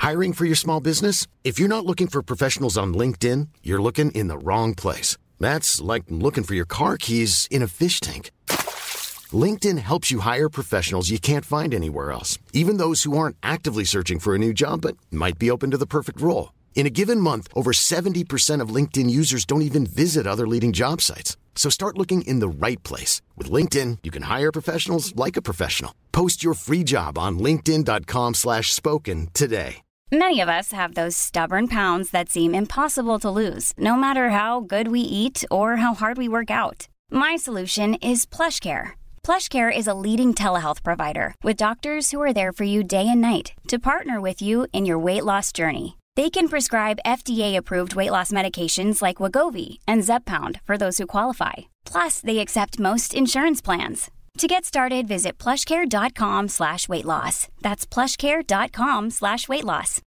Hiring for your small business? If you're not looking for professionals on LinkedIn, you're looking in the wrong place. That's like looking for your car keys in a fish tank. LinkedIn helps you hire professionals you can't find anywhere else, even those who aren't actively searching for a new job but might be open to the perfect role. In a given month, over 70% of LinkedIn users don't even visit other leading job sites. So start looking in the right place. With LinkedIn, you can hire professionals like a professional. Post your free job on linkedin.com/spoken today. Many of us have those stubborn pounds that seem impossible to lose, no matter how good we eat or how hard we work out. My solution is PlushCare. PlushCare is a leading telehealth provider with doctors who are there for you day and night to partner with you in your weight loss journey. They can prescribe FDA-approved weight loss medications like Wegovy and Zepbound for those who qualify. Plus, they accept most insurance plans. To get started, visit plushcare.com/weightloss. That's plushcare.com/weightloss.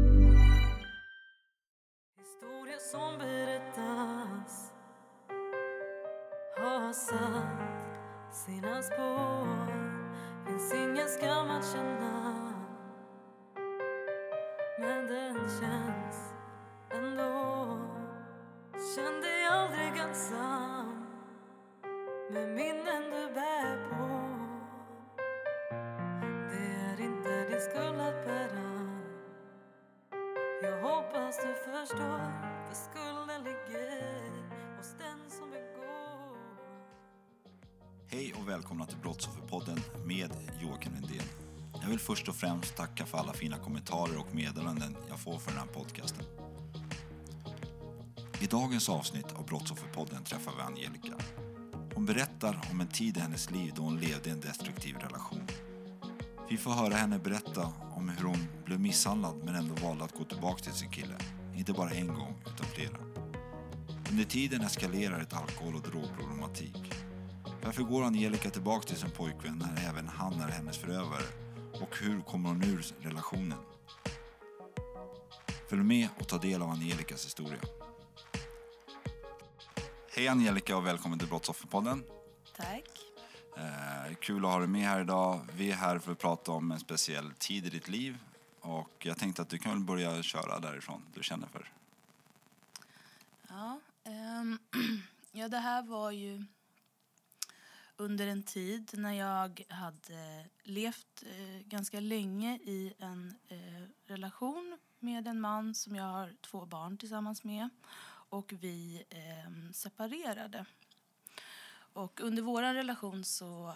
Historia som berättas har satt sina spår. Finns ingen skam att känna, men den känns ändå. Känn dig aldrig ensam med minnen du bär på. Det är inte din skuld att bära. Jag hoppas du förstår, för skulden ligger hos den som begår. Hej och välkomna till Brottsofferpodden med Joakim Lindén. Jag vill först och främst tacka för alla fina kommentarer och meddelanden jag får för den här podcasten. I dagens avsnitt av Brottsofferpodden träffar vi Angelica. Hon berättar om en tid i hennes liv då hon levde i en destruktiv relation. Vi får höra henne berätta om hur hon blev misshandlad men ändå valde att gå tillbaka till sin kille. Inte bara en gång utan flera. Under tiden eskalerar ett alkohol- och drogproblematik. Varför går Angelica tillbaka till sin pojkvän när även han är hennes förövare? Och hur kommer hon ur relationen? Följ med och ta del av Angelicas historia. Hej Angelica och välkommen till Brottsofferpodden. Tack. Kul att ha dig med här idag. Vi är här för att prata om en speciell tid i ditt liv. Och jag tänkte att du kan väl börja köra därifrån du känner för. Ja, det här var ju under en tid när jag hade levt ganska länge i en relation med en man som jag har 2 barn tillsammans med. Och vi separerade. Och under vår relation så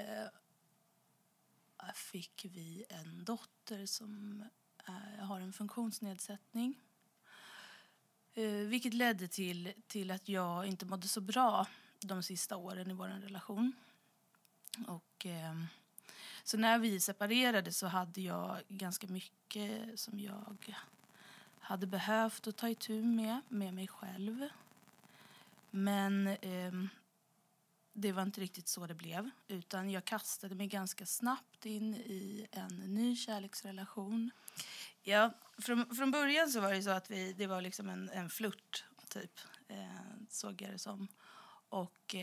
fick vi en dotter som har en funktionsnedsättning. Vilket ledde till att jag inte mådde så bra de sista åren i vår relation. Och så när vi separerade så hade jag ganska mycket som jag hade behövt att ta itu med mig själv. Men det var inte riktigt så det blev. Utan jag kastade mig ganska snabbt in i en ny kärleksrelation. Ja, från början så var det så att det var liksom en flört typ. Såg jag det som. Och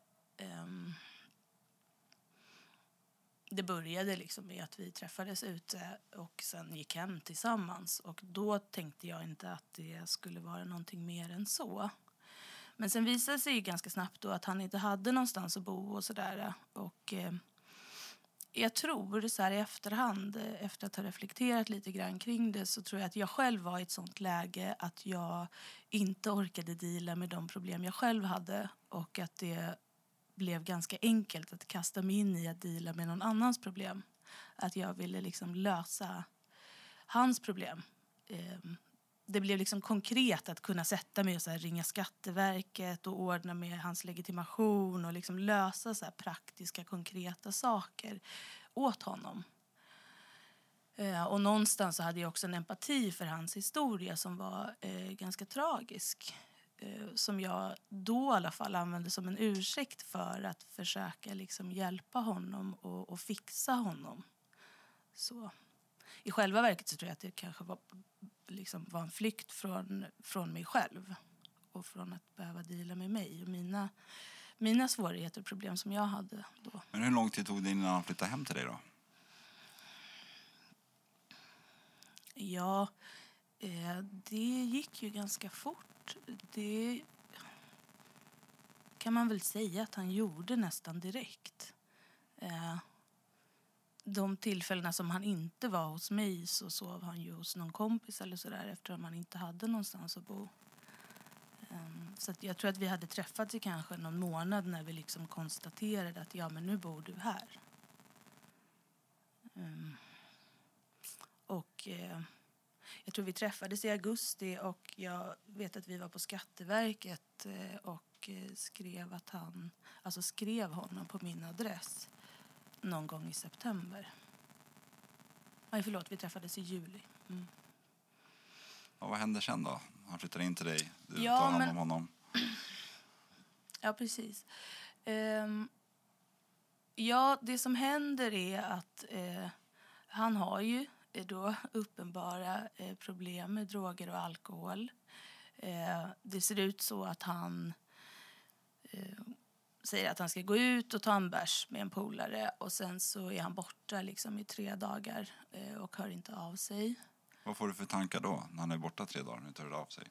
det började liksom med att vi träffades ute och sen gick hem tillsammans. Och då tänkte jag inte att det skulle vara någonting mer än så. Men sen visade sig ju ganska snabbt då att han inte hade någonstans att bo och sådär. Och jag tror så här i efterhand, efter att ha reflekterat lite grann kring det, så tror jag att jag själv var i ett sånt läge att jag inte orkade deala med de problem jag själv hade. Och att det blev ganska enkelt att kasta mig in i att deala med någon annans problem. Att jag ville liksom lösa hans problem. Det blev liksom konkret att kunna sätta mig och så här ringa Skatteverket och ordna med hans legitimation och liksom lösa så här praktiska, konkreta saker åt honom. Och någonstans så hade jag också en empati för hans historia som var ganska tragisk. Som jag då i alla fall använde som en ursäkt för att försöka liksom hjälpa honom och fixa honom. Så i själva verket så tror jag att det kanske var en flykt från mig själv. Och från att behöva deala med mig och mina svårigheter och problem som jag hade då. Men hur lång tid tog det innan han flyttade hem till dig då? Ja, det gick ju ganska fort. Det kan man väl säga att han gjorde nästan direkt. De tillfällena som han inte var hos mig så sov han ju hos någon kompis eller sådär eftersom han inte hade någonstans att bo. Så att jag tror att vi hade träffats i kanske någon månad när vi liksom konstaterade att ja, men nu bor du här. Och jag tror vi träffades i augusti och jag vet att vi var på Skatteverket och skrev honom på min adress någon gång i september. Nej, förlåt, vi träffades i juli. Ja, vad hände sen då? Han flyttade in till dig, du Ja, tar hand om honom. Ja, precis. Ja, det som händer är att han har ju då uppenbara problem med droger och alkohol. Det ser ut så att han säger att han ska gå ut och ta en bärs med en polare och sen så är han borta liksom i 3 dagar och hör inte av sig. Vad får du för tankar då när han är borta 3 dagar och inte hör av sig?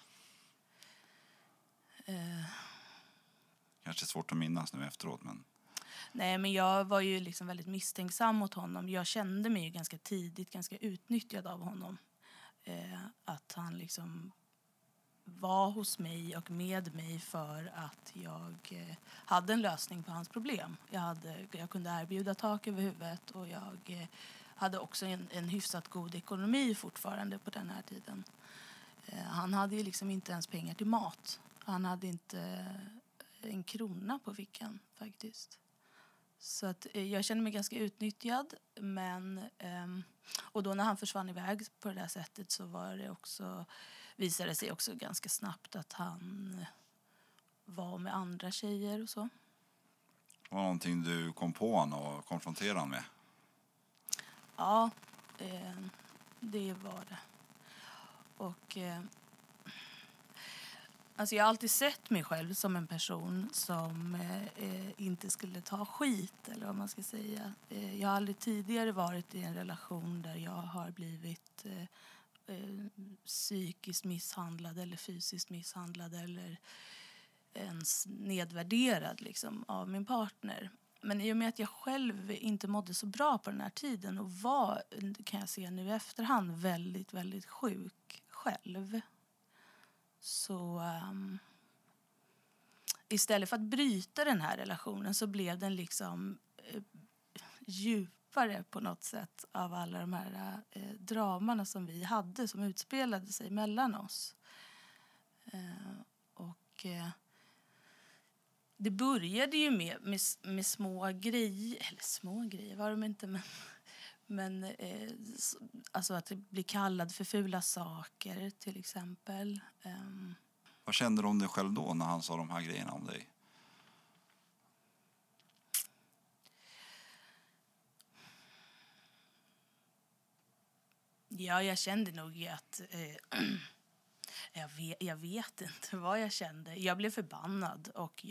Kanske svårt att minnas nu efteråt, men... Nej, men jag var ju liksom väldigt misstänksam mot honom. Jag kände mig ju ganska tidigt ganska utnyttjad av honom. Att han liksom var hos mig och med mig för att jag hade en lösning på hans problem. Jag kunde erbjuda tak över huvudet och jag hade också en hyfsat god ekonomi fortfarande på den här tiden. Han hade ju liksom inte ens pengar till mat. Han hade inte en krona på fickan faktiskt. Så att jag kände mig ganska utnyttjad, men och då när han försvann iväg på det där sättet så visade det sig också ganska snabbt att han var med andra tjejer och så. Var det någonting du kom på honom och konfronterade honom med? Ja, det var det. Och alltså jag har alltid sett mig själv som en person som inte skulle ta skit, eller vad man ska säga. Jag har aldrig tidigare varit i en relation där jag har blivit psykiskt misshandlad eller fysiskt misshandlad eller ens nedvärderad liksom, av min partner. Men i och med att jag själv inte mådde så bra på den här tiden och var, kan jag se nu i efterhand, väldigt, väldigt sjuk själv. Så istället för att bryta den här relationen så blev den liksom djupare på något sätt av alla de här dramarna som vi hade som utspelade sig mellan oss. Och det började ju med små grejer, eller små grejer var de inte, men alltså att bli kallad för fula saker till exempel. Vad kände du om dig själv då när han sa de här grejerna om dig? Ja, jag kände nog att jag vet inte vad jag kände. Jag blev förbannad och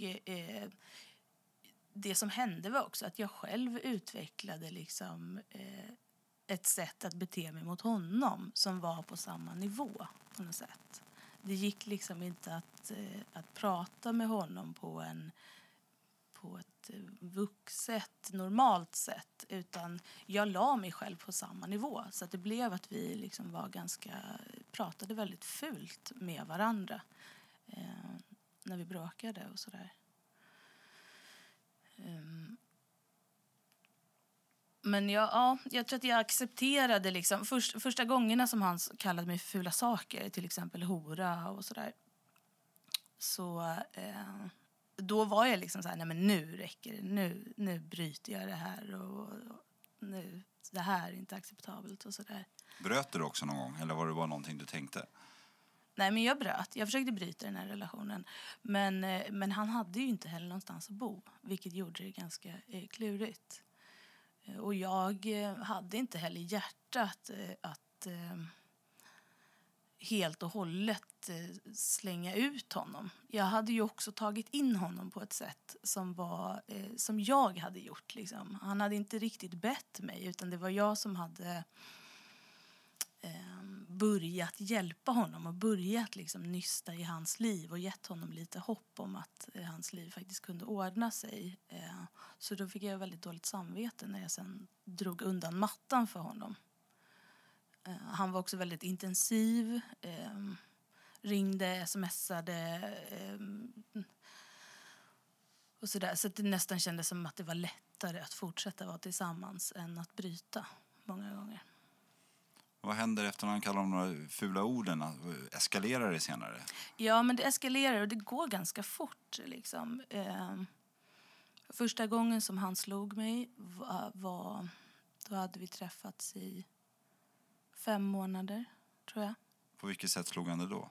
det som hände var också att jag själv utvecklade liksom ett sätt att bete mig mot honom som var på samma nivå på något sätt. Det gick liksom inte att prata med honom på ett vuxet, normalt sätt, utan jag la mig själv på samma nivå. Så att det blev att vi liksom pratade väldigt fult med varandra när vi bråkade och sådär. Men jag tror att jag accepterade liksom första gångerna som han kallade mig för fula saker, till exempel hora och sådär. Så då var jag liksom så här, nej men nu räcker det, nu bryter jag det här och nu, det här är inte acceptabelt och sådär. Bröt du också någon gång eller var det bara någonting du tänkte? Nej, men jag försökte bryta den här relationen. Men han hade ju inte heller någonstans att bo, vilket gjorde det ganska klurigt. Och jag hade inte heller hjärtat att helt och hållet slänga ut honom. Jag hade ju också tagit in honom på ett sätt som jag hade gjort. Liksom. Han hade inte riktigt bett mig, utan det var jag som hade börjat hjälpa honom och börjat liksom nysta i hans liv och gett honom lite hopp om att hans liv faktiskt kunde ordna sig. Så då fick jag väldigt dåligt samvete när jag sen drog undan mattan för honom. Han var också väldigt intensiv, ringde, smsade och sådär. Så att det nästan kändes som att det var lättare att fortsätta vara tillsammans än att bryta många gånger. Vad händer efter att han kallar de några fula orden? Eskalerar det senare? Ja, men det eskalerar och det går ganska fort. Liksom. Första gången som han slog mig var då hade vi träffats i 5 månader, tror jag. På vilket sätt slog han det då?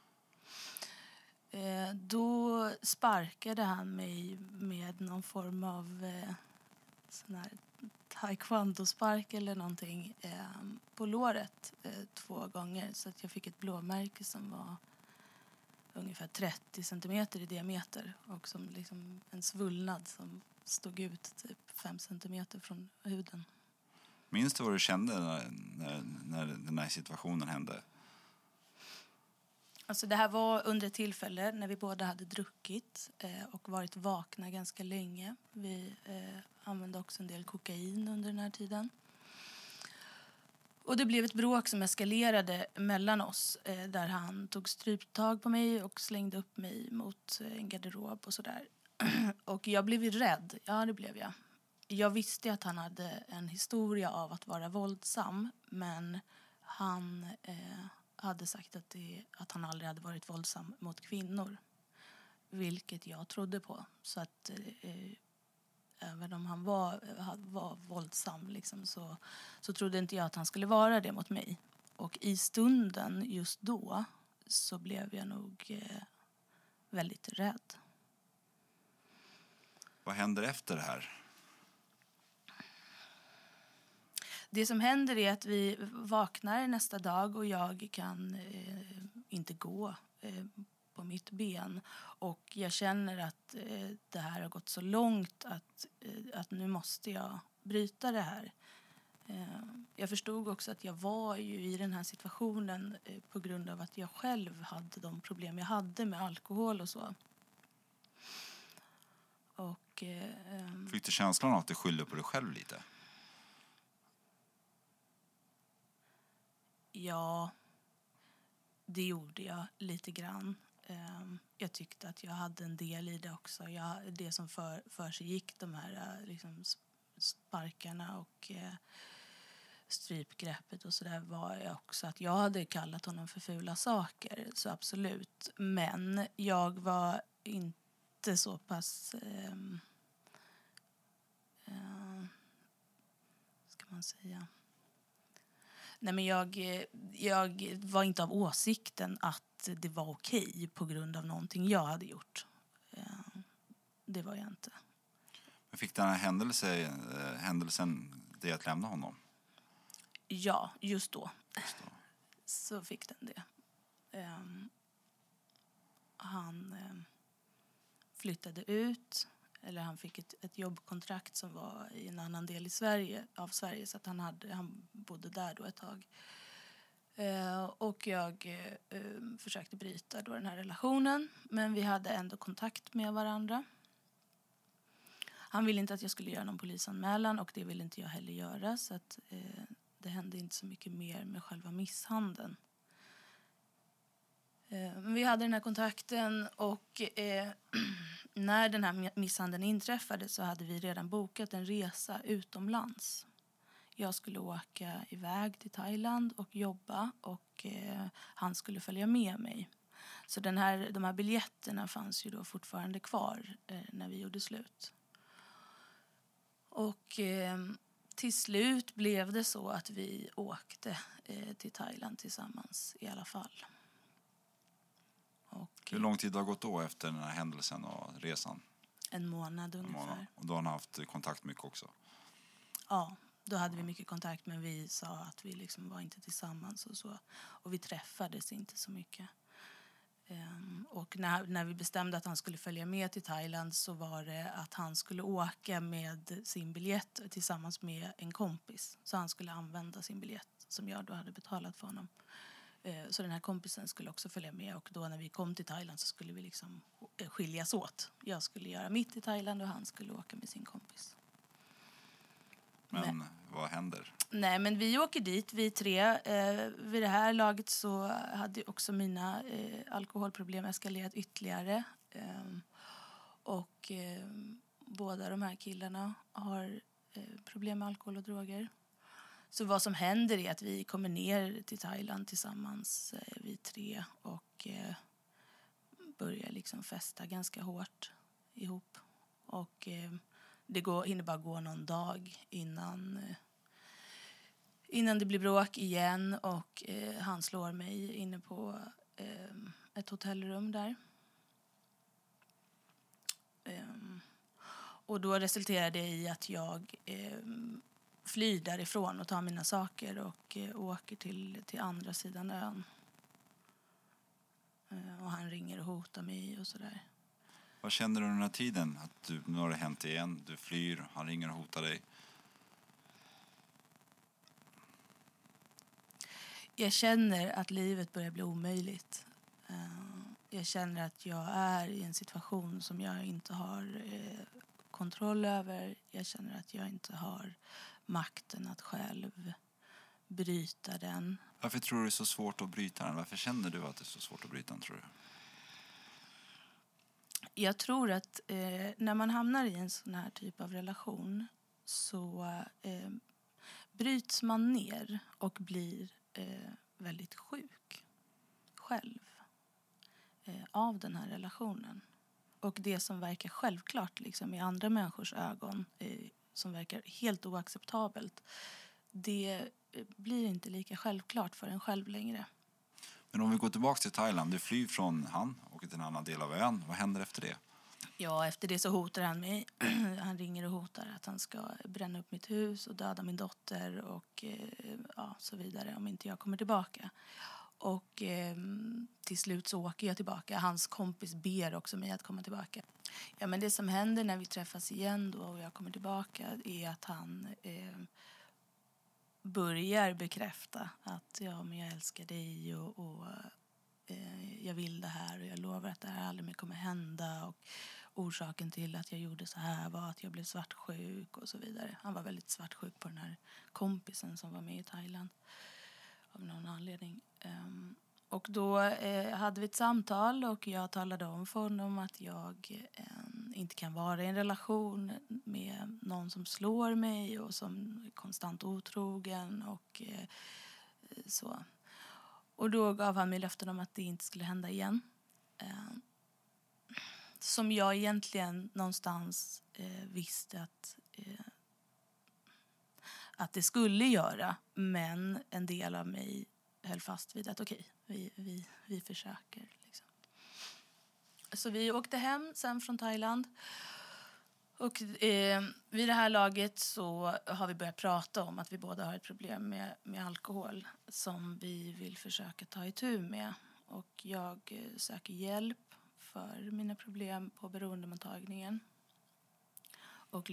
Då sparkade han mig med någon form av sån här taekwondo-spark eller någonting på låret 2 gånger. Så att jag fick ett blåmärke som var ungefär 30 centimeter i diameter. Och som liksom en svullnad som stod ut typ 5 centimeter från huden. Minns du vad du kände när den här situationen hände? Alltså det här var under ett tillfälle när vi båda hade druckit och varit vakna ganska länge. Vi använde också en del kokain under den här tiden. Och det blev ett bråk som eskalerade mellan oss där han tog stryptag på mig och slängde upp mig mot en garderob och sådär. Och jag blev rädd, ja det blev jag. Jag visste att han hade en historia av att vara våldsam, men han hade sagt att han aldrig hade varit våldsam mot kvinnor. Vilket jag trodde på. Så att även om han var våldsam liksom, så trodde inte jag att han skulle vara det mot mig. Och i stunden just då så blev jag nog väldigt rädd. Vad händer efter det här? Det som händer är att vi vaknar nästa dag och jag kan inte gå på mitt ben. Och jag känner att det här har gått så långt att nu måste jag bryta det här. Jag förstod också att jag var ju i den här situationen på grund av att jag själv hade de problem jag hade med alkohol och så. Och, fick du känslan av att du skyllde på dig själv lite? Ja, det gjorde jag lite grann. Jag tyckte att jag hade en del i det också. Det som för sig gick, de här liksom sparkarna och strypgreppet och sådär, var också att jag hade kallat honom för fula saker. Så absolut. Men jag var inte så pass... ska man säga... Nej, men jag var inte av åsikten att det var okej på grund av någonting jag hade gjort. Det var jag inte. Men fick den här händelsen det att lämna honom? Ja, just då. Så fick den det. Han flyttade ut. Eller han fick ett jobbkontrakt som var i en annan del av Sverige. Så att han bodde där då ett tag. Och jag försökte bryta då den här relationen. Men vi hade ändå kontakt med varandra. Han ville inte att jag skulle göra någon polisanmälan. Och det ville inte jag heller göra. Så att det hände inte så mycket mer med själva misshandeln. Vi hade den här kontakten och när den här misshandeln inträffade så hade vi redan bokat en resa utomlands. Jag skulle åka iväg till Thailand och jobba och han skulle följa med mig. Så de här biljetterna fanns ju då fortfarande kvar när vi gjorde slut. Och till slut blev det så att vi åkte till Thailand tillsammans i alla fall. Och hur lång tid har gått då efter den här händelsen och resan? 1 månad ungefär. Och då har ni haft kontakt mycket också? Ja, då hade vi mycket kontakt, men vi sa att vi liksom var inte tillsammans och så. Och vi träffades inte så mycket. Och när vi bestämde att han skulle följa med till Thailand så var det att han skulle åka med sin biljett tillsammans med en kompis. Så han skulle använda sin biljett som jag då hade betalat för honom. Så den här kompisen skulle också följa med. Och då när vi kom till Thailand så skulle vi liksom skiljas åt. Jag skulle göra mitt i Thailand och han skulle åka med sin kompis. Men vad händer? Nej, men vi åker dit, vi 3. Vid det här laget så hade också mina alkoholproblem eskalerat ytterligare. Och båda de här killarna har problem med alkohol och droger. Så vad som händer är att vi kommer ner till Thailand tillsammans, vi 3. Och börjar liksom festa ganska hårt ihop. Och det hinner bara gå någon dag innan det blir bråk igen. Och han slår mig inne på ett hotellrum där. Och då resulterar det i att jag flyr därifrån och tar mina saker och åker till andra sidan ön. Och han ringer och hotar mig och sådär. Vad känner du den här tiden? Att nu har det hänt igen, du flyr, han ringer och hotar dig. Jag känner att livet börjar bli omöjligt. Jag känner att jag är i en situation som jag inte har kontroll över. Jag känner att jag inte har makten att själv bryta den. Varför tror du det är så svårt att bryta den? Varför känner du att det är så svårt att bryta den, tror du? Jag tror att när man hamnar i en sån här typ av relation så bryts man ner och blir väldigt sjuk själv av den här relationen. Och det som verkar självklart liksom, i andra människors ögon, som verkar helt oacceptabelt, det blir inte lika självklart för en själv längre. Men om vi går tillbaka till Thailand, du flyr från han och till en annan del av ön. Vad händer efter det? Ja, efter det så hotar han mig. Han ringer och hotar att han ska bränna upp mitt hus och döda min dotter och så vidare om inte jag kommer tillbaka. Och till slut så åker jag tillbaka. Hans kompis ber också mig att komma tillbaka. Ja, men det som händer när vi träffas igen då och jag kommer tillbaka är att han börjar bekräfta att men jag älskar dig och jag vill det här och jag lovar att det här aldrig mer kommer hända. Och orsaken till att jag gjorde så här var att jag blev svartsjuk och så vidare. Han var väldigt svartsjuk på den här kompisen som var med i Thailand av någon anledning. Och då hade vi ett samtal och jag talade om för honom att jag inte kan vara i en relation med någon som slår mig och som är konstant otrogen och så. Och då gav han mig löften om att det inte skulle hända igen. Som jag egentligen någonstans visste att det skulle göra. Men en del av mig höll fast vid att okej, vi försöker. Liksom. Så vi åkte hem sen från Thailand. Och vid det här laget så har vi börjat prata om att vi båda har ett problem med alkohol som vi vill försöka ta itu med. Och jag söker hjälp för mina problem på beroendemottagningen. Och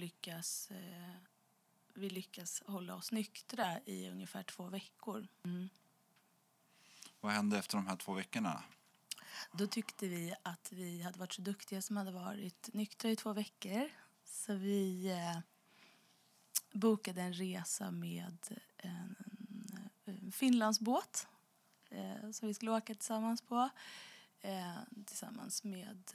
vi lyckas hålla oss nyktra i ungefär 2 veckor. Vad hände efter de här 2 veckorna? Då tyckte vi att vi hade varit så duktiga som hade varit nyktra i 2 veckor. Så vi bokade en resa med en Finlandsbåt som vi skulle åka tillsammans på. Tillsammans med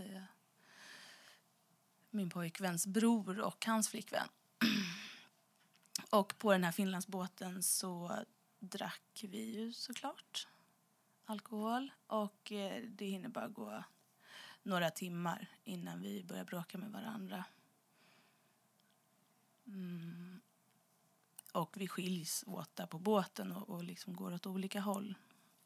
min pojkväns bror och hans flickvän. Och på den här Finlandsbåten så drack vi ju såklart alkohol. Och det hinner bara gå några timmar innan vi börjar bråka med varandra. Och vi skiljs åt där på båten och liksom går åt olika håll.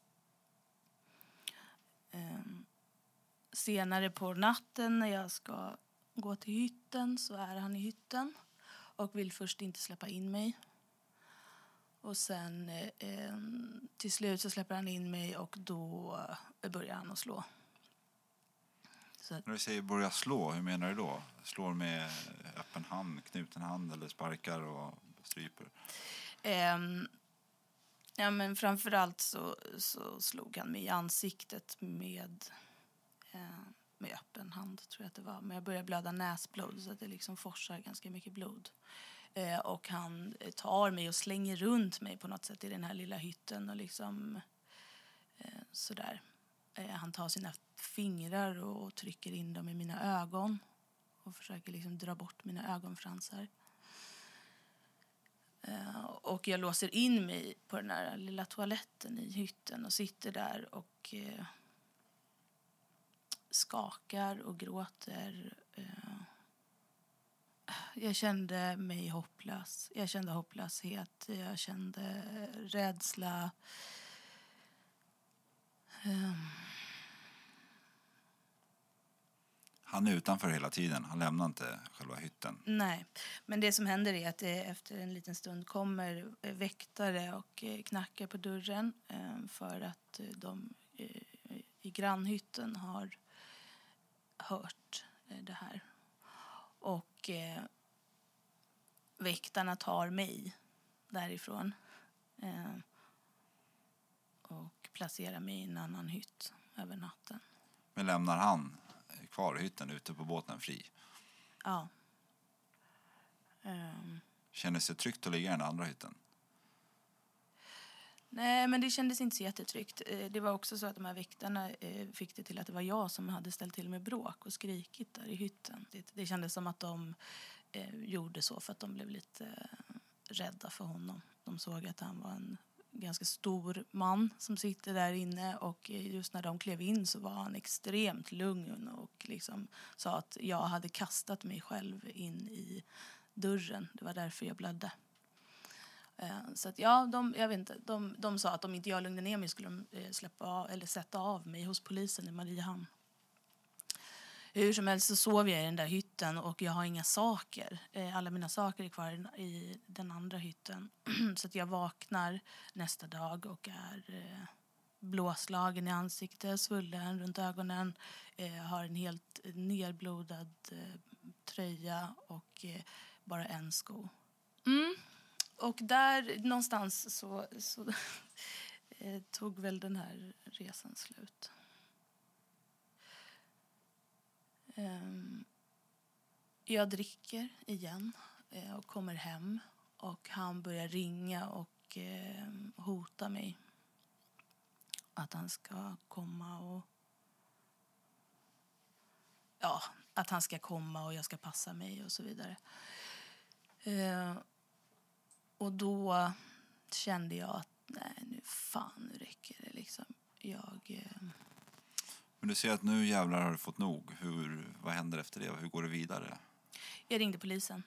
Senare på natten när jag ska gå till hytten så är han i hytten och vill först inte släppa in mig. Och sen till slut så släpper han in mig och då börjar han att slå. Så att, när du säger börja slå, hur menar du då? Slår med öppen hand, knuten hand eller sparkar och stryper? Ja, men framförallt så slog han mig i ansiktet med öppen hand, tror jag att det var. Men jag började blöda näsblod så att det liksom forsar ganska mycket blod. Och han tar mig och slänger runt mig på något sätt i den här lilla hytten och liksom sådär. Han tar sina fingrar och trycker in dem i mina ögon och försöker liksom dra bort mina ögonfransar. Och jag låser in mig på den här lilla toaletten i hytten och sitter där och skakar och gråter. Jag kände mig hopplös. Jag kände hopplöshet. Jag kände rädsla. Han är utanför hela tiden. Han lämnar inte själva hytten. Nej, men det som händer är att det efter en liten stund kommer väktare och knackar på dörren för att de i grannhytten har hört det här. Och väktarna tar mig därifrån och placerar mig i en annan hytt över natten. Men lämnar han kvar i hytten ute på båten fri? Ja. Kändes det tryggt att ligga i den andra hytten? Nej, men det kändes inte så jättetryggt. Det var också så att de här väktarna fick det till att det var jag som hade ställt till med bråk och skrikit där i hytten. Det kändes som att de gjorde så för att de blev lite rädda för honom. De såg att han var en ganska stor man som sitter där inne, och just när de klev in så var han extremt lugn och liksom sa att jag hade kastat mig själv in i dörren. Det var därför jag blödde. Så att ja, jag vet inte, de sa att om inte jag lugnade ner mig skulle de sätta av mig hos polisen i Mariehamn. Hur som helst så sov jag i den där hytten och jag har inga saker. Alla mina saker är kvar i den andra hytten. Så att jag vaknar nästa dag och är blåslagen i ansiktet, svullen runt ögonen. Har en helt nerblodad tröja och bara en sko. Och där någonstans så tog väl den här resan slut. Jag dricker igen och kommer hem, och han börjar ringa och hota mig att han ska komma och att han ska komma och jag ska passa mig och så vidare. Och då kände jag att nej, nu räcker det liksom. Men du säger att nu jävlar har du fått nog. Vad händer efter det? Hur går det vidare? Jag ringde polisen.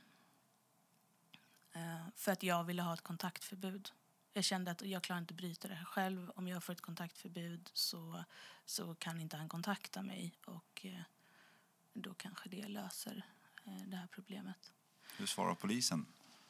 För att jag ville ha ett kontaktförbud. Jag kände att jag klarar inte bryta det här själv. Om jag får ett kontaktförbud så kan inte han kontakta mig. Och då kanske det löser det här problemet. Hur svarar polisen?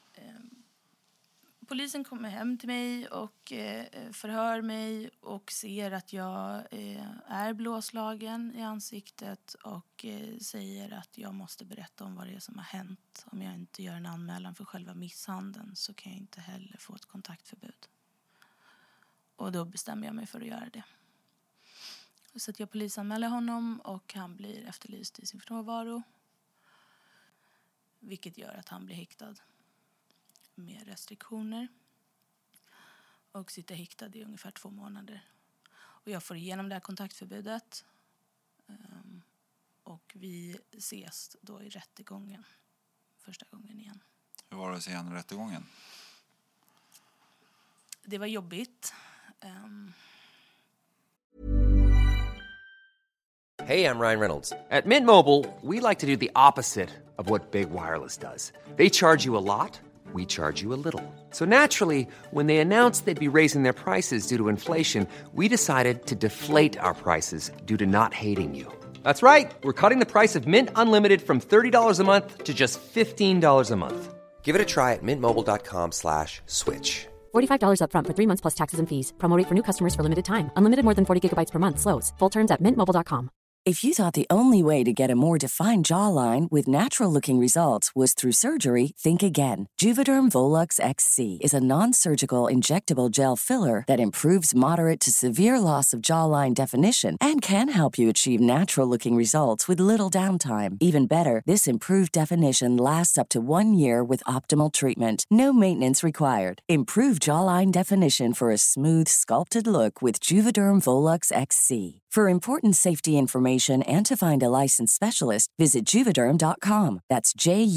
Polisen kommer hem till mig och förhör mig och ser att jag är blåslagen i ansiktet och säger att jag måste berätta om vad det är som har hänt. Om jag inte gör en anmälan för själva misshandeln så kan jag inte heller få ett kontaktförbud. Och då bestämmer jag mig för att göra det. Så att jag polisanmäler honom och han blir efterlyst i sin frånvaro. Vilket gör att han blir häktad med restriktioner och sitter häktad i ungefär 2 månader. Och jag får igenom det här kontaktförbudet och vi ses då i rättegången första gången igen. Hur var det att se henne i rättegången? Det var jobbigt. Hey, I'm Ryan Reynolds. At Mint Mobile, we like to do the opposite of what Big Wireless does. They charge you a lot. We charge you a little. So naturally, when they announced they'd be raising their prices due to inflation, we decided to deflate our prices due to not hating you. That's right. We're cutting the price of Mint Unlimited from $30 a month to just $15 a month. Give it a try at mintmobile.com/switch. $45 up front for 3 months plus taxes and fees. Promo rate for new customers for limited time. Unlimited more than 40 gigabytes per month slows. Full terms at mintmobile.com. If you thought the only way to get a more defined jawline with natural-looking results was through surgery, think again. Juvederm Volux XC is a non-surgical injectable gel filler that improves moderate to severe loss of jawline definition and can help you achieve natural-looking results with little downtime. Even better, this improved definition lasts up to 1 year with optimal treatment. No maintenance required. Improve jawline definition for a smooth, sculpted look with Juvederm Volux XC. For important safety information and to find a licensed specialist, visit Juvederm.com. That's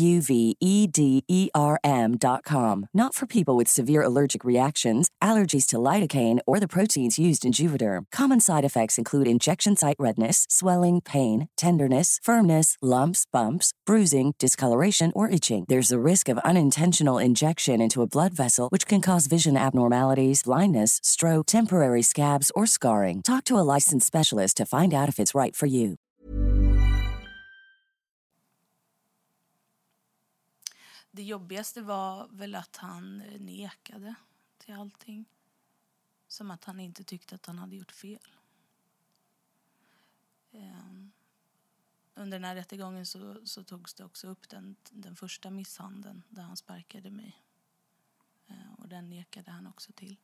Juvederm.com. Not for people with severe allergic reactions, allergies to lidocaine, or the proteins used in Juvederm. Common side effects include injection site redness, swelling, pain, tenderness, firmness, lumps, bumps, bruising, discoloration, or itching. There's a risk of unintentional injection into a blood vessel, which can cause vision abnormalities, blindness, stroke, temporary scabs, or scarring. Talk to a licensed specialist to find out if it's right for you. Det jobbigaste var väl att han nekade till allting. Som att han inte tyckte att han hade gjort fel. Under den här rättegången så togs det också upp den första misshandeln där han sparkade mig. Och den nekade han också till.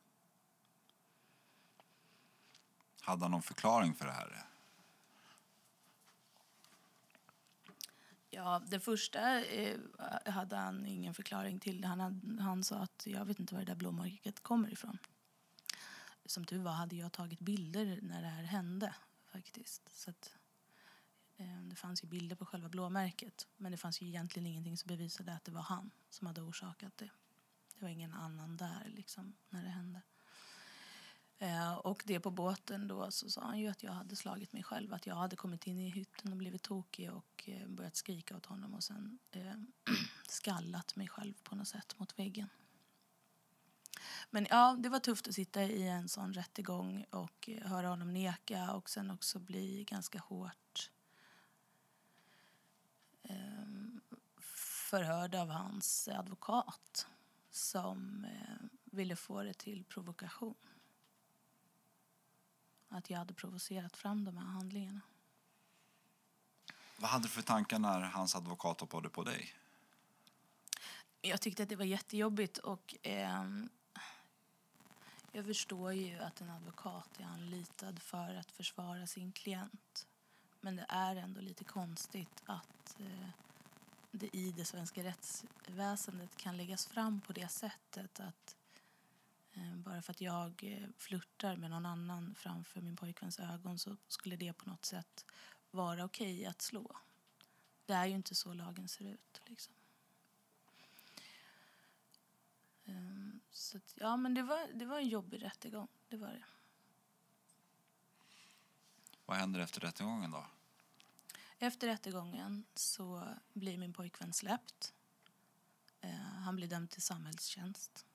Hade han någon förklaring för det här? Ja, det första hade han ingen förklaring till. Han sa att jag vet inte var det där blåmärket kommer ifrån. Som tur var hade jag tagit bilder när det här hände faktiskt. Så att, det fanns ju bilder på själva blåmärket. Men det fanns ju egentligen ingenting som bevisade att det var han som hade orsakat det. Det var ingen annan där liksom när det hände. Och det på båten då så sa han ju att jag hade slagit mig själv. Att jag hade kommit in i hytten och blivit tokig och börjat skrika åt honom. Och sen skallat mig själv på något sätt mot väggen. Men ja, det var tufft att sitta i en sån rättegång och höra honom neka. Och sen också bli ganska hårt förhörd av hans advokat. Som ville få det till provokation. Att jag hade provocerat fram de här handlingarna. Vad hade du för tankar när hans advokat hoppade på dig? Jag tyckte att det var jättejobbigt och jag förstår ju att en advokat är anlitad för att försvara sin klient. Men det är ändå lite konstigt att det i det svenska rättsväsendet kan läggas fram på det sättet att bara för att jag flirtar med någon annan framför min pojkväns ögon så skulle det på något sätt vara okej att slå. Det är ju inte så lagen ser ut liksom. Så att, ja, men det var en jobbig rättegång, det var det. Vad händer efter rättegången då? Efter rättegången så blir min pojkvän släppt. Han blir dömd till samhällstjänst.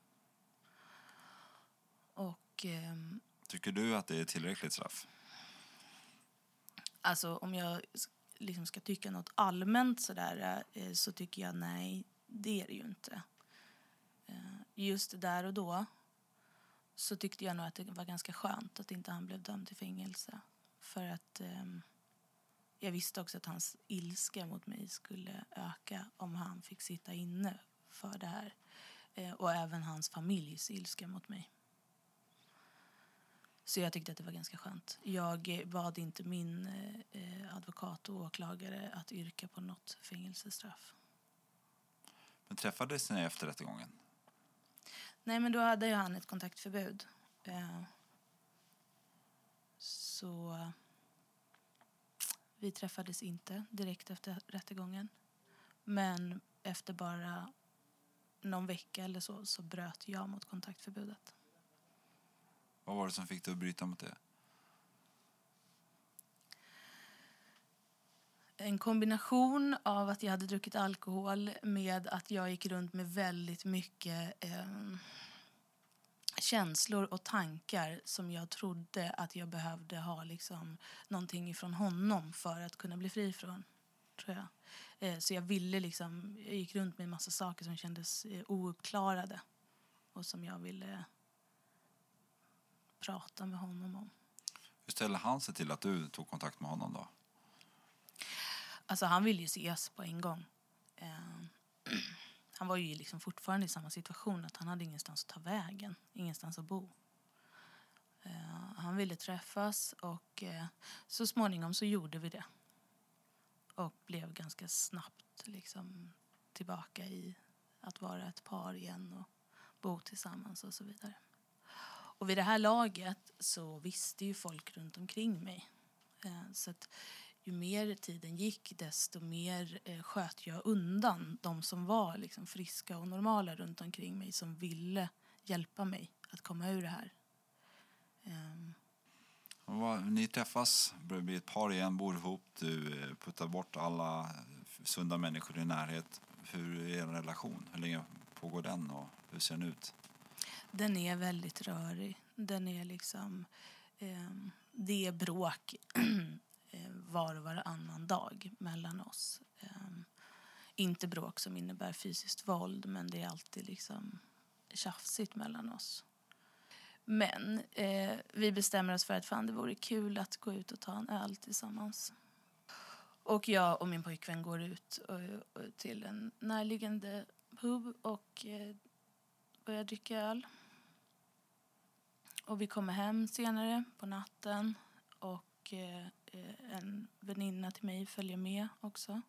Och tycker du att det är tillräckligt straff? Alltså om jag liksom ska tycka något allmänt sådär så tycker jag nej, det är det ju inte. Just där och då så tyckte jag nog att det var ganska skönt att inte han blev dömd till fängelse. För att jag visste också att hans ilska mot mig skulle öka om han fick sitta inne för det här. Och även hans familjs ilska mot mig. Så jag tyckte att det var ganska skönt. Jag bad inte min advokat och åklagare att yrka på något fängelsestraff. Men träffades ni efter rättegången? Nej, men då hade ju han ett kontaktförbud. Så vi träffades inte direkt efter rättegången. Men efter bara någon vecka eller så bröt jag mot kontaktförbudet. Vad var det som fick dig att bryta mot det? En kombination av att jag hade druckit alkohol med att jag gick runt med väldigt mycket känslor och tankar som jag trodde att jag behövde ha liksom någonting ifrån honom för att kunna bli fri från, tror jag. Så jag gick runt med en massa saker som kändes ouppklarade och som jag ville prata med honom om. Hur ställde han sig till att du tog kontakt med honom då? Alltså han ville ju ses på en gång. Han var ju liksom fortfarande i samma situation, att han hade ingenstans att ta vägen, ingenstans att bo. Han ville träffas och så småningom så gjorde vi det. Och blev ganska snabbt liksom tillbaka i att vara ett par igen och bo tillsammans och så vidare. Och vid det här laget så visste ju folk runt omkring mig. Så att ju mer tiden gick, desto mer sköt jag undan de som var liksom friska och normala runt omkring mig, som ville hjälpa mig att komma ur det här. Ni träffas, börjar bli ett par igen, bor ihop, du puttar bort alla sunda människor i närhet. Hur är er relation? Hur länge pågår den och hur ser den ut? Den är väldigt rörig. Den är liksom... det är bråk var och varannan dag mellan oss. Inte bråk som innebär fysiskt våld, men det är alltid liksom tjafsigt mellan oss. Men vi bestämmer oss för att det vore kul att gå ut och ta en öl tillsammans. Och jag och min pojkvän går ut till en närliggande pub och börjar dricka öl. Och vi kommer hem senare på natten och en väninna till mig följer med också.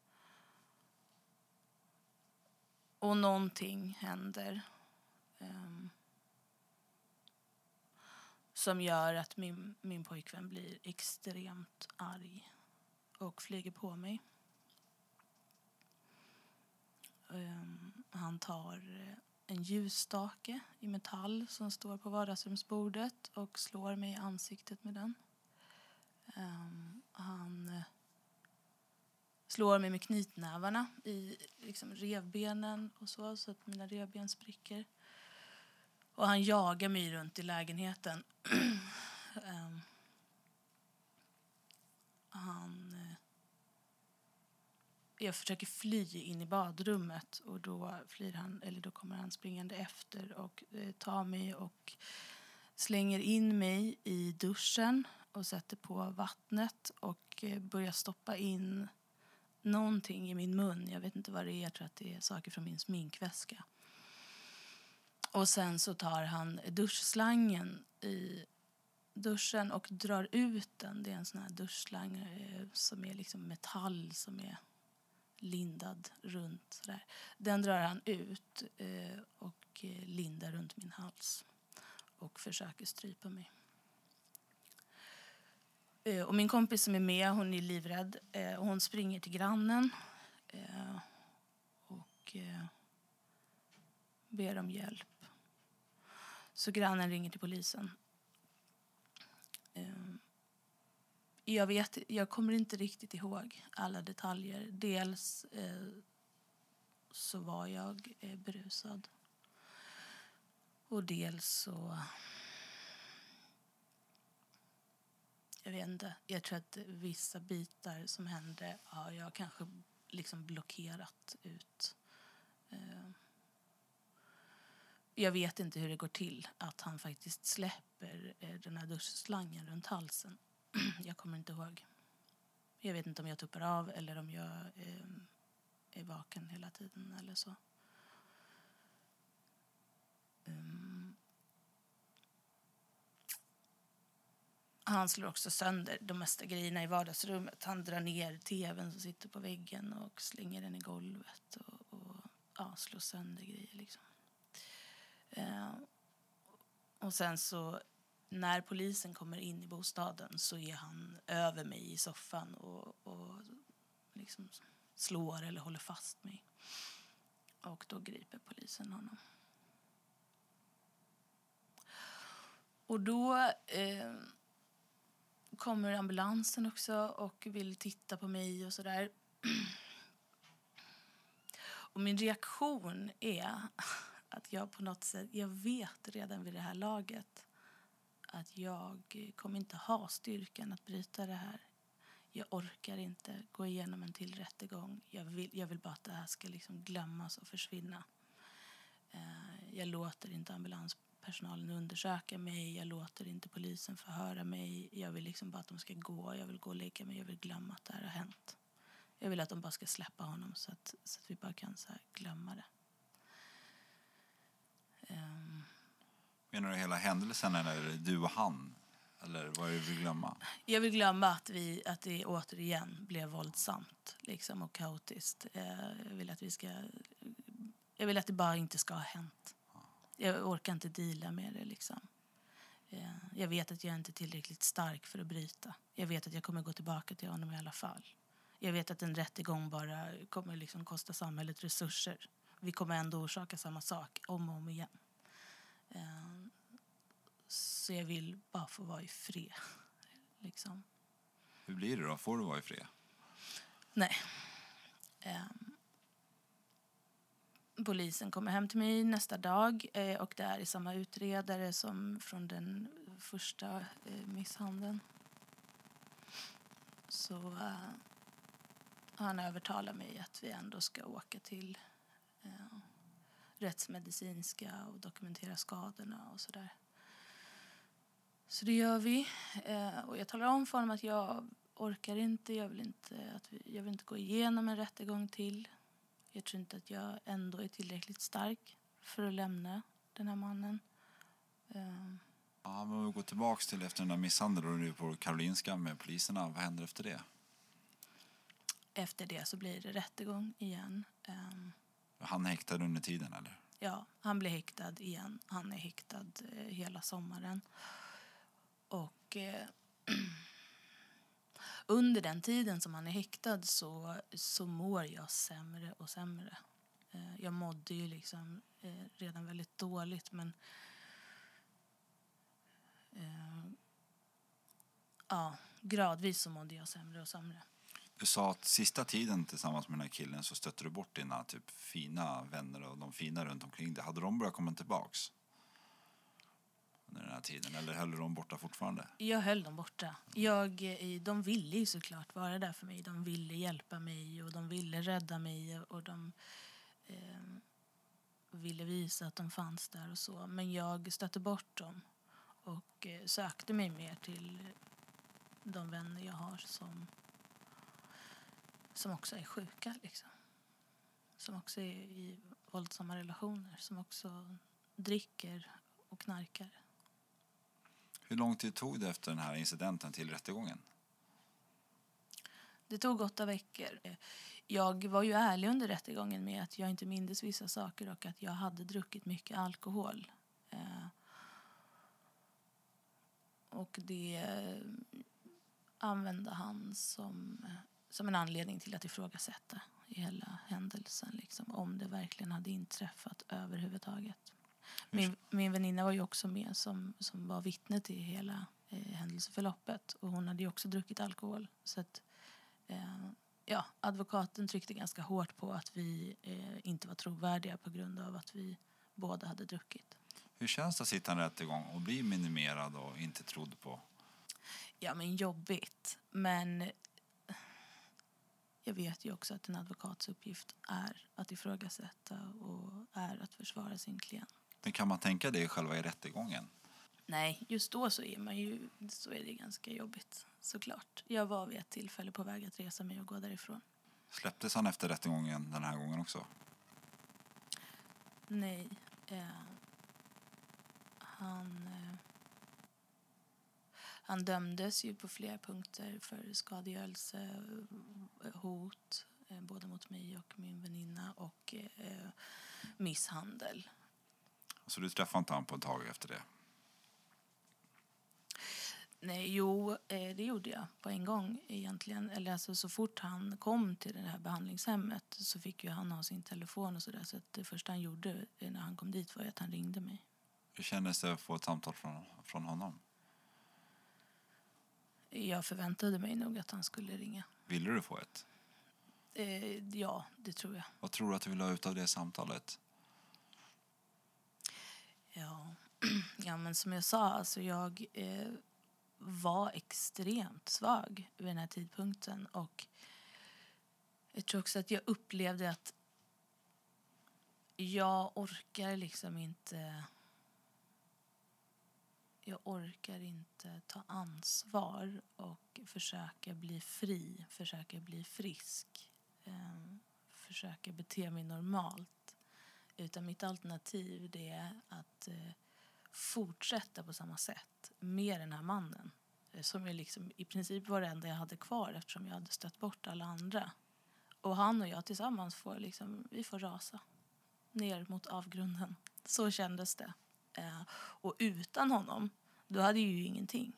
Och någonting händer som gör att min pojkvän blir extremt arg och flyger på mig. Han tar en ljusstake i metall som står på vardagsrumsbordet och slår mig i ansiktet med den. Han slår mig med knytnävarna i liksom revbenen och så att mina revben spricker. Och han jagar mig runt i lägenheten. Jag försöker fly in i badrummet och då kommer han springande efter och tar mig och slänger in mig i duschen och sätter på vattnet och börjar stoppa in någonting i min mun. Jag vet inte vad det är, jag tror att det är saker från min sminkväska. Och sen så tar han duschslangen i duschen och drar ut den. Det är en sån här duschslang som är liksom metall som är lindad runt sådär. Den drar han ut och lindar runt min hals och försöker strypa mig. Och min kompis som är med, hon är livrädd. Hon springer till grannen och ber om hjälp. Så grannen ringer till polisen. Jag kommer inte riktigt ihåg alla detaljer. Dels så var jag berusad. Och dels så... Jag vet inte. Jag tror att vissa bitar som hände har jag kanske liksom blockerat ut. Jag vet inte hur det går till att han faktiskt släpper den här duschslangen runt halsen. Jag kommer inte ihåg. Jag vet inte om jag tuppar av eller om jag är vaken hela tiden eller så. Han slår också sönder de mesta grejerna i vardagsrummet. Han drar ner tvn som sitter på väggen och slänger den i golvet och slår sönder grejer liksom. Och sen så när polisen kommer in i bostaden så är han över mig i soffan och liksom slår eller håller fast mig. Och då griper polisen honom. Och då kommer ambulansen också och vill titta på mig och sådär. Och min reaktion är att jag på något sätt, jag vet redan vid det här laget att jag kommer inte ha styrkan att bryta det här. Jag orkar inte gå igenom en till rättegång. Jag vill bara att det här ska liksom glömmas och försvinna. Jag låter inte ambulanspersonalen undersöka mig. Jag låter inte polisen förhöra mig. Jag vill liksom bara att de ska gå. Jag vill gå och lägga mig. Jag vill glömma att det här har hänt. Jag vill att de bara ska släppa honom så att vi bara kan så här glömma det. Menar du hela händelsen eller är det du och han? Eller vad är det du vill glömma? Jag vill glömma att det återigen blev våldsamt liksom, och kaotiskt. Jag vill att det bara inte ska ha hänt. Jag orkar inte deala med det liksom. Jag vet att jag inte är tillräckligt stark för att bryta. Jag vet att jag kommer gå tillbaka till honom i alla fall. Jag vet att en rättegång bara kommer liksom kosta samhället resurser. Vi kommer ändå orsaka samma sak om och om igen. Så jag vill bara få vara i fred. Liksom. Hur blir det då? Får du vara i fred? Nej. Polisen kommer hem till mig nästa dag och det är samma utredare som från den första misshandeln. Så han övertalar mig att vi ändå ska åka till rättsmedicinska och dokumentera skadorna och sådär. Så det gör vi. Och jag talar om för honom att jag orkar inte. Jag vill inte gå igenom en rättegång till. Jag tror inte att jag ändå är tillräckligt stark för att lämna den här mannen. Ja, men om vi går tillbaka till efter den där misshandeln och nu på Karolinska med poliserna. Vad händer efter det? Efter det så blir det rättegång igen. Han är häktad under tiden, eller? Ja, han blir häktad igen. Han är häktad hela sommaren. Och under den tiden som han är häktad så mår jag sämre och sämre. Jag mådde ju liksom redan väldigt dåligt, men gradvis så mådde jag sämre och sämre. Du sa att sista tiden tillsammans med den här killen så stötte du bort dina typ fina vänner och de fina runt omkring dig. Hade de börjat komma tillbaks under den här tiden eller höll de borta fortfarande? Jag höll dem borta. De ville ju såklart vara där för mig. De ville hjälpa mig och de ville rädda mig och de ville visa att de fanns där och så. Men jag stötte bort dem och sökte mig mer till de vänner jag har som också är sjuka liksom. Som också är i våldsamma relationer, som också dricker och knarkar. Hur lång tid tog det efter den här incidenten till rättegången? Det tog 8 veckor. Jag var ju ärlig under rättegången med att jag inte mindes vissa saker och att jag hade druckit mycket alkohol. Och det använde han som en anledning till att ifrågasätta hela händelsen. Liksom, om det verkligen hade inträffat överhuvudtaget. Min väninna var ju också med som var vittne till hela händelseförloppet. Och hon hade ju också druckit alkohol. Så att, advokaten tryckte ganska hårt på att vi inte var trovärdiga på grund av att vi båda hade druckit. Hur känns det att sitta en rättegång och bli minimerad och inte trodd på? Ja, men jobbigt. Men jag vet ju också att en advokats uppgift är att ifrågasätta och är att försvara sin klient. Men kan man tänka det själva i rättegången? Nej, just då så är det ganska jobbigt, såklart. Jag var vid ett tillfälle på väg att resa mig och gå därifrån. Släpptes han efter rättegången den här gången också? Nej. Han dömdes ju på flera punkter för skadegörelse, hot, både mot mig och min väninna, och misshandel. Så du träffade inte han på ett tag efter det? Nej, det gjorde jag på en gång egentligen. Eller alltså, så fort han kom till det här behandlingshemmet så fick ju han ha sin telefon och sådär. Så att det första han gjorde när han kom dit var att han ringde mig. Hur kändes det att få ett samtal från honom? Jag förväntade mig nog att han skulle ringa. Ville du få ett? Ja, det tror jag. Vad tror du att du ville ha ut av det samtalet? Ja, men som jag sa, alltså jag var extremt svag vid den här tidpunkten. Och jag tror också att jag upplevde att jag orkar inte ta ansvar och försöka bli fri, försöka bli frisk försöka bete mig normalt. Utan mitt alternativ det är att fortsätta på samma sätt med den här mannen. Som är liksom i princip var det enda jag hade kvar eftersom jag hade stött bort alla andra. Och han och jag tillsammans vi får rasa ner mot avgrunden. Så kändes det. Och utan honom, då hade jag ju ingenting.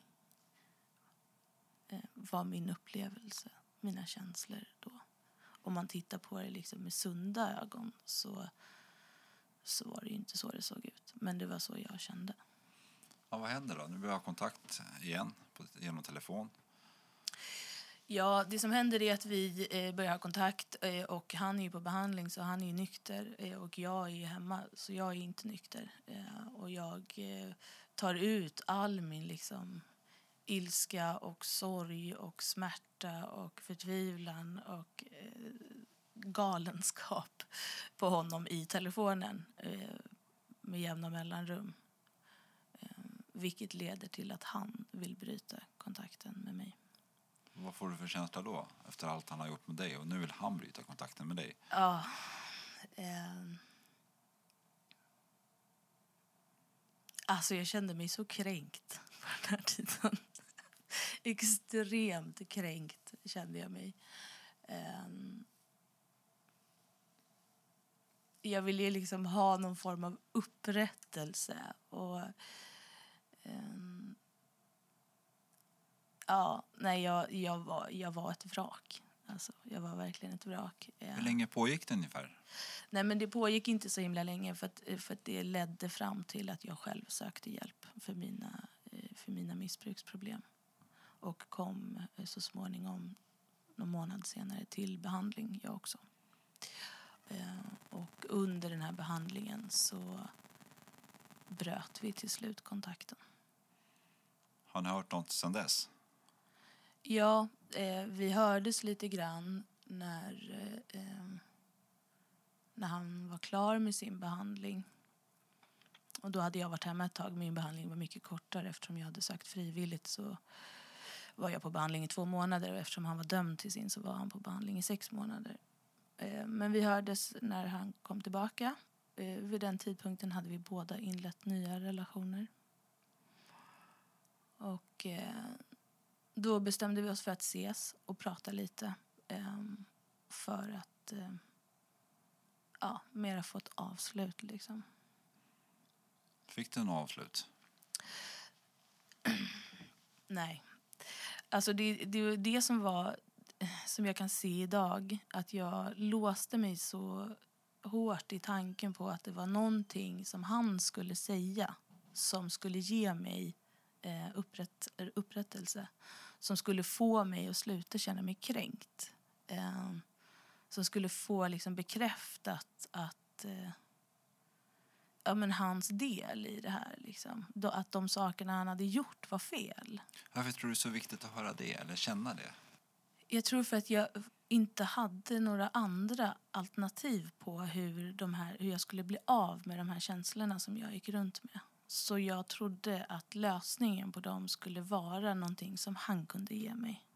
Var min upplevelse, mina känslor då. Om man tittar på det liksom med sunda ögon så var det ju inte så det såg ut. Men det var så jag kände. Ja, vad händer då? Nu börjar jag ha kontakt igen genom telefon. Ja, det som händer är att vi börjar ha kontakt och han är ju på behandling så han är ju nykter och jag är ju hemma så jag är inte nykter. Och jag tar ut all min liksom ilska och sorg och smärta och förtvivlan och galenskap på honom i telefonen med jämna mellanrum. Vilket leder till att han vill bryta kontakten med mig. Vad får du för känsla då efter allt han har gjort med dig och nu vill han bryta kontakten med dig? Ja. Alltså jag kände mig så kränkt på den här tiden. Extremt kränkt kände jag mig. Jag ville liksom ha någon form av upprättelse och jag var ett vrak. Alltså, jag var verkligen ett vrak. Hur länge pågick det ungefär? Nej, men det pågick inte så himla länge för att det ledde fram till att jag själv sökte hjälp för mina missbruksproblem. Och kom så småningom någon månad senare till behandling jag också. Och under den här behandlingen så bröt vi till slut kontakten. Har ni hört något sedan dess? Ja, vi hördes lite grann när han var klar med sin behandling. Och då hade jag varit hemma ett tag. Min behandling var mycket kortare eftersom jag hade sökt frivilligt så var jag på behandling i 2 månader. Och eftersom han var dömd till sin så var han på behandling i 6 månader. Men vi hördes när han kom tillbaka. Vid den tidpunkten hade vi båda inlett nya relationer. Och då bestämde vi oss för att ses och prata lite. För att mera få ett avslut liksom. Fick du en avslut? Nej. Alltså det som var, som jag kan se idag, att jag låste mig så hårt i tanken på att det var någonting som han skulle säga som skulle ge mig upprättelse, som skulle få mig att sluta känna mig kränkt, som skulle få liksom bekräftat att hans del i det här liksom, att de sakerna han hade gjort var fel. Varför tror du det är så viktigt att höra det eller känna det? Jag tror för att jag inte hade några andra alternativ på hur jag skulle bli av med de här känslorna som jag gick runt med. Så jag trodde att lösningen på dem skulle vara någonting som han kunde ge mig.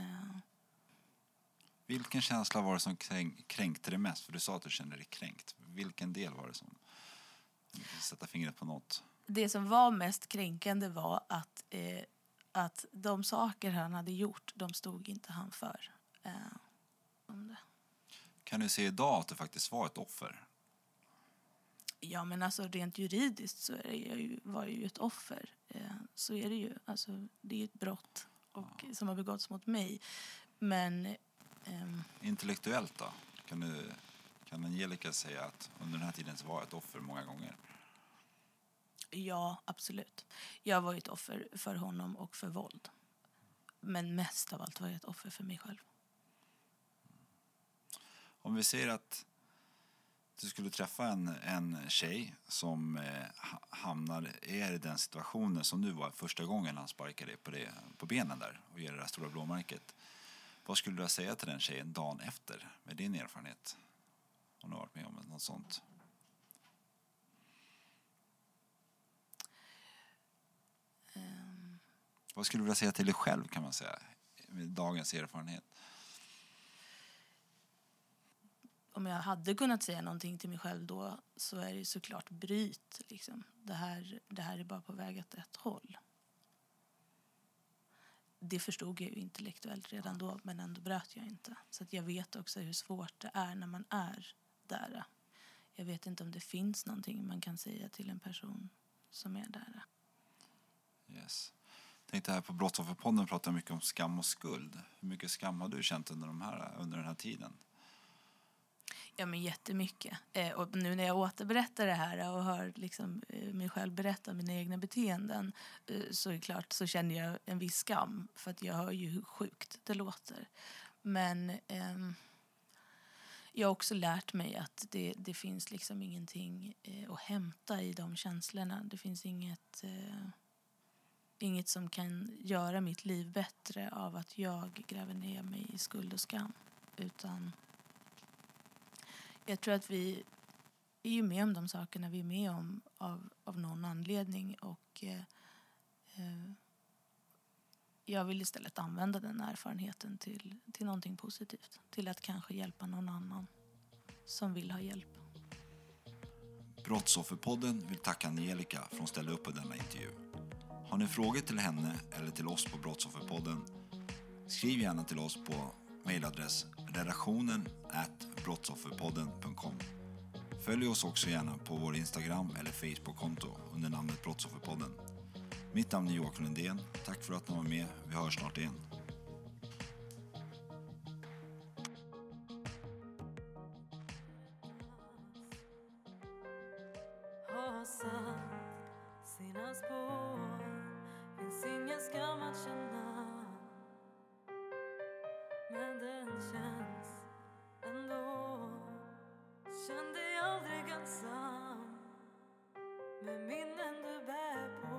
Vilken känsla var det som kränkte dig mest? För du sa att du kände dig kränkt. Vilken del var det som... Sätta fingret på något. Det som var mest kränkande var att de saker han hade gjort, de stod inte han för. Om det. Kan du se idag att du faktiskt var ett offer? Ja, men alltså rent juridiskt så var jag ju ett offer. Så är det ju. Alltså, det är ett brott som har begåtts mot mig. Men... Intellektuellt då? Kan Angelica säga att under den här tiden så var jag ett offer många gånger? Ja, absolut. Jag var ett offer för honom och för våld. Men mest av allt var jag ett offer för mig själv. Om vi säger att du skulle träffa en tjej som hamnar i den situationen som du var första gången han sparkade dig på benen där och ger det där stora blåmärket. Vad skulle du säga till den tjejen dagen efter med din erfarenhet? Om du har varit med om något sånt. Vad skulle du vilja säga till dig själv kan man säga med dagens erfarenhet? om jag hade kunnat säga någonting till mig själv då, så är det såklart bryt. Liksom. Det här är bara på väg åt ett håll. Det förstod jag ju intellektuellt redan då, men ändå bröt jag inte. Så att jag vet också hur svårt det är när man är där. Jag vet inte om det finns någonting man kan säga till en person som är där. Yes. Jag tänkte här på Brottsofferpodden pratar mycket om skam och skuld. Hur mycket skam har du känt under den här tiden? Ja, men jättemycket. Och nu när jag återberättar det här och hör liksom mig själv berätta mina egna beteenden, så är det klart så känner jag en viss skam. För att jag hör ju hur sjukt det låter. Men jag har också lärt mig att det finns liksom ingenting att hämta i de känslorna. Det finns inget som kan göra mitt liv bättre av att jag gräver ner mig i skuld och skam. Utan jag tror att vi är ju med om de sakerna vi är med om av någon anledning. Och jag vill istället använda den erfarenheten till någonting positivt. Till att kanske hjälpa någon annan som vill ha hjälp. Brottsofferpodden vill tacka Angelica för att ställa upp på denna intervju. Har ni frågor till henne eller till oss på Brottsofferpodden? Skriv gärna till oss på mejladress redaktionen@brottsofferpodden.com. Följ oss också gärna på vår Instagram eller Facebook-konto under namnet Brottsofferpodden. Mitt namn är Joakim Lundén. Tack för att ni var med. Vi hörs snart igen. Har satt sina spår, finns ingen skam att känna, men den känns ändå. Känn dig aldrig ensam med minnen du bär på.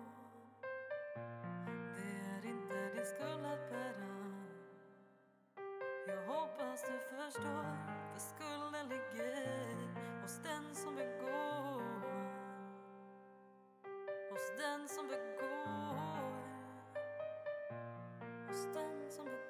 Det är inte din skuld att bära. Jag hoppas du förstår, för skulden ligger hos den som begår. Hos den som begår. Hos den som begår.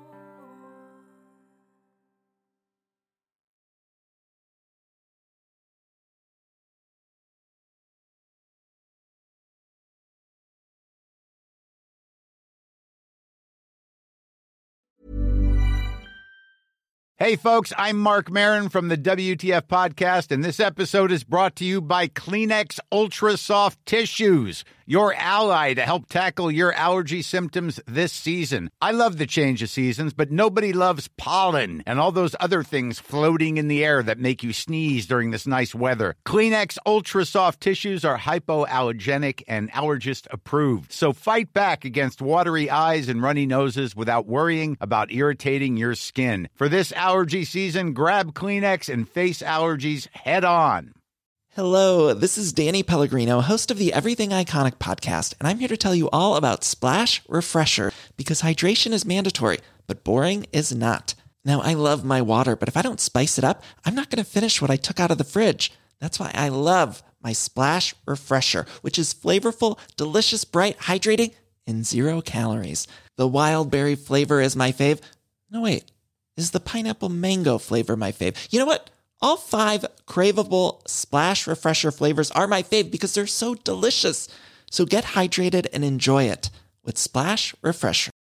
Hey, folks, I'm Mark Maron from the WTF Podcast, and this episode is brought to you by Kleenex Ultra Soft Tissues, your ally to help tackle your allergy symptoms this season. I love the change of seasons, but nobody loves pollen and all those other things floating in the air that make you sneeze during this nice weather. Kleenex Ultra Soft Tissues are hypoallergenic and allergist approved, so fight back against watery eyes and runny noses without worrying about irritating your skin. For this allergy season, grab Kleenex and face allergies head on. Hello, this is Danny Pellegrino, host of the Everything Iconic podcast, and I'm here to tell you all about Splash Refresher, because hydration is mandatory, but boring is not. Now, I love my water, but if I don't spice it up, I'm not going to finish what I took out of the fridge. That's why I love my Splash Refresher, which is flavorful, delicious, bright, hydrating, and 0 calories. The wild berry flavor is my fave. No, wait. Is the pineapple mango flavor my fave? You know what? All 5 craveable Splash Refresher flavors are my fave because they're so delicious. So get hydrated and enjoy it with Splash Refresher.